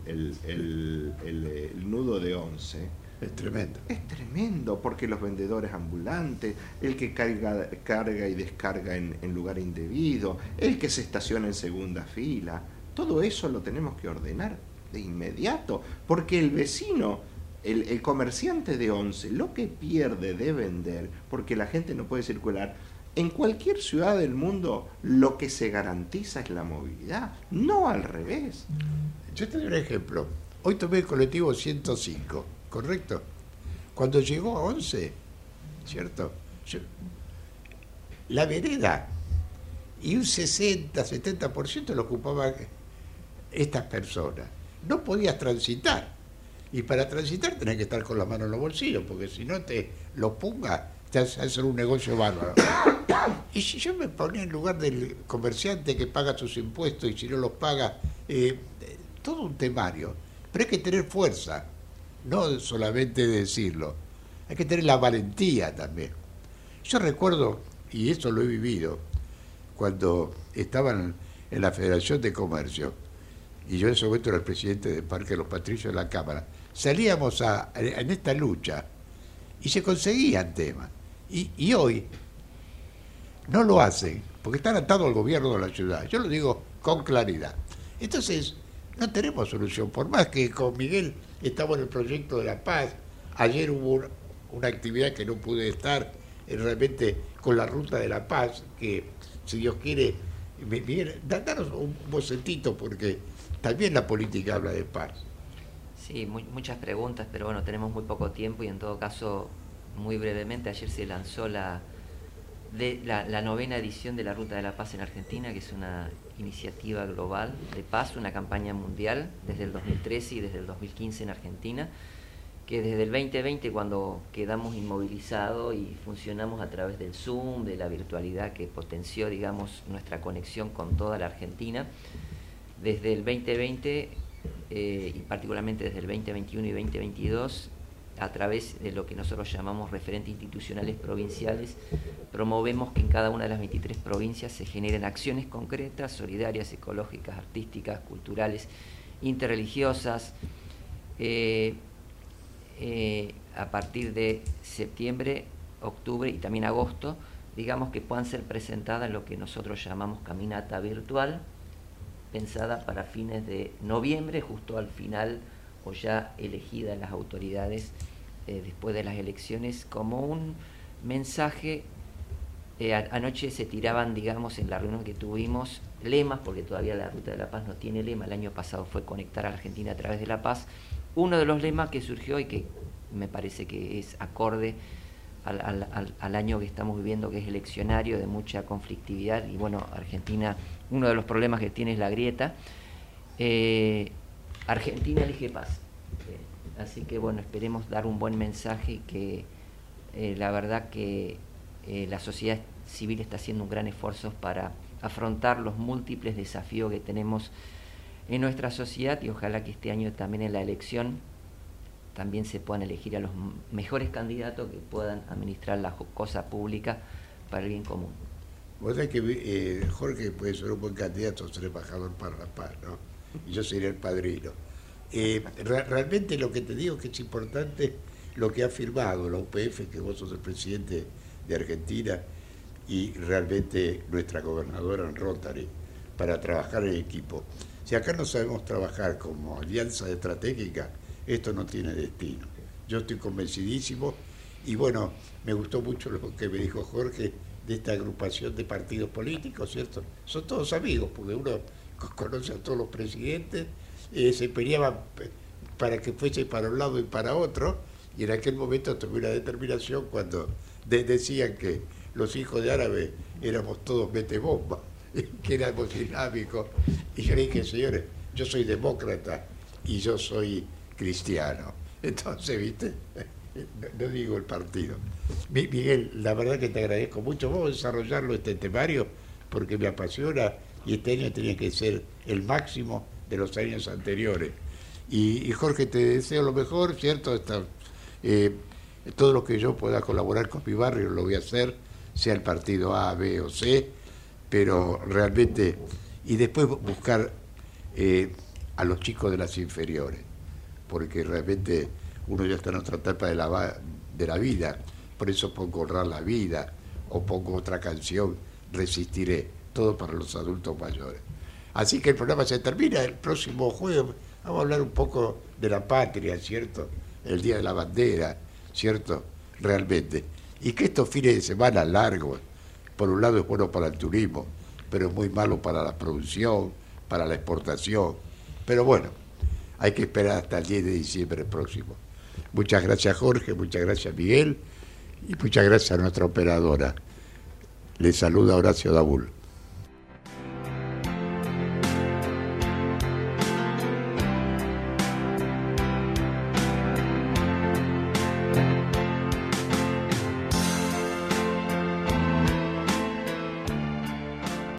nudo de 11, es tremendo. Es tremendo, porque los vendedores ambulantes, el que carga y descarga en lugar indebido, el que se estaciona en segunda fila, todo eso lo tenemos que ordenar de inmediato, porque el vecino, el comerciante de 11, lo que pierde de vender, porque la gente no puede circular, en cualquier ciudad del mundo lo que se garantiza es la movilidad, no al revés. Yo te doy un ejemplo. Hoy tomé el colectivo 105, ¿correcto? Cuando llegó a 11, ¿cierto? La vereda y un 60-70% lo ocupaban estas personas. No podías transitar. Y para transitar tenés que estar con la mano en los bolsillos, porque si no te lo ponga, te hace un negocio bárbaro. Y si yo me ponía en lugar del comerciante que paga sus impuestos y si no los paga, todo un temario. Pero hay que tener fuerza, no solamente decirlo. Hay que tener la valentía también. Yo recuerdo, y eso lo he vivido, cuando estaban en la Federación de Comercio, y yo en ese momento era el presidente de Parque Los Patricios de la Cámara, salíamos en esta lucha y se conseguían temas. Y hoy no lo hacen, porque están atados al gobierno de la ciudad. Yo lo digo con claridad. Entonces, no tenemos solución. Por más que con Miguel estamos en el proyecto de la paz, ayer hubo una actividad que no pude estar, realmente con la ruta de la paz, que si Dios quiere, Miguel, danos un bocetito, porque también la política habla de paz. Sí, muchas preguntas, pero bueno, tenemos muy poco tiempo y en todo caso, muy brevemente, ayer se lanzó la 9ª edición de la Ruta de la Paz en Argentina, que es una iniciativa global de paz, una campaña mundial desde el 2013 y desde el 2015 en Argentina, que desde el 2020, cuando quedamos inmovilizados y funcionamos a través del Zoom, de la virtualidad que potenció, digamos, nuestra conexión con toda la Argentina, desde el 2020 y particularmente desde el 2021 y 2022, a través de lo que nosotros llamamos referentes institucionales provinciales, promovemos que en cada una de las 23 provincias se generen acciones concretas, solidarias, ecológicas, artísticas, culturales, interreligiosas, a partir de septiembre, octubre y también agosto, digamos que puedan ser presentadas en lo que nosotros llamamos caminata virtual, pensada para fines de noviembre, justo al final o ya elegidas las autoridades después de las elecciones, como un mensaje. Anoche se tiraban, digamos, en la reunión que tuvimos, lemas, porque todavía la Ruta de la Paz no tiene lema. El año pasado fue conectar a Argentina a través de la paz. Uno de los lemas que surgió y que me parece que es acorde al año que estamos viviendo, que es eleccionario, de mucha conflictividad, y bueno, Argentina, uno de los problemas que tiene es la grieta. Argentina elige paz. Así que bueno, esperemos dar un buen mensaje y que la verdad que la sociedad civil está haciendo un gran esfuerzo para afrontar los múltiples desafíos que tenemos en nuestra sociedad, y ojalá que este año también en la elección también se puedan elegir a los mejores candidatos que puedan administrar la cosa pública para el bien común. Vos sabés que Jorge puede ser un buen candidato a ser embajador para la paz, ¿no? Y yo sería el padrino. Realmente lo que te digo es que es importante lo que ha firmado la UPF, que vos sos el presidente de Argentina, y realmente nuestra gobernadora en Rotary para trabajar en equipo. Si acá no sabemos trabajar como alianza estratégica, esto no tiene destino. Yo estoy convencidísimo y bueno, me gustó mucho lo que me dijo Jorge de esta agrupación de partidos políticos, ¿cierto? Son todos amigos, porque uno conoce a todos los presidentes, se peleaban para que fuese para un lado y para otro, y en aquel momento tuve una determinación cuando decían que los hijos de árabe éramos todos metebomba, que éramos dinámicos, y yo le dije, señores, yo soy demócrata y yo soy cristiano. Entonces, ¿viste? No digo el partido. Miguel, la verdad que te agradezco mucho. Vamos a desarrollarlo este temario porque me apasiona y este año tenía que ser el máximo de los años anteriores. Y Jorge, te deseo lo mejor, ¿cierto? Todo lo que yo pueda colaborar con mi barrio lo voy a hacer, sea el partido A, B o C, pero realmente, y después buscar a los chicos de las inferiores, porque realmente uno ya está en otra etapa de la vida, por eso pongo Honrar la Vida, o pongo otra canción, Resistiré, todo para los adultos mayores. Así que el programa se termina, el próximo jueves vamos a hablar un poco de la patria, ¿cierto? El Día de la Bandera, ¿cierto? Realmente. Y que estos fines de semana largos, por un lado es bueno para el turismo, pero es muy malo para la producción, para la exportación. Pero bueno, hay que esperar hasta el 10 de diciembre próximo. Muchas gracias Jorge, muchas gracias Miguel y muchas gracias a nuestra operadora. Les saluda Horacio Dabul.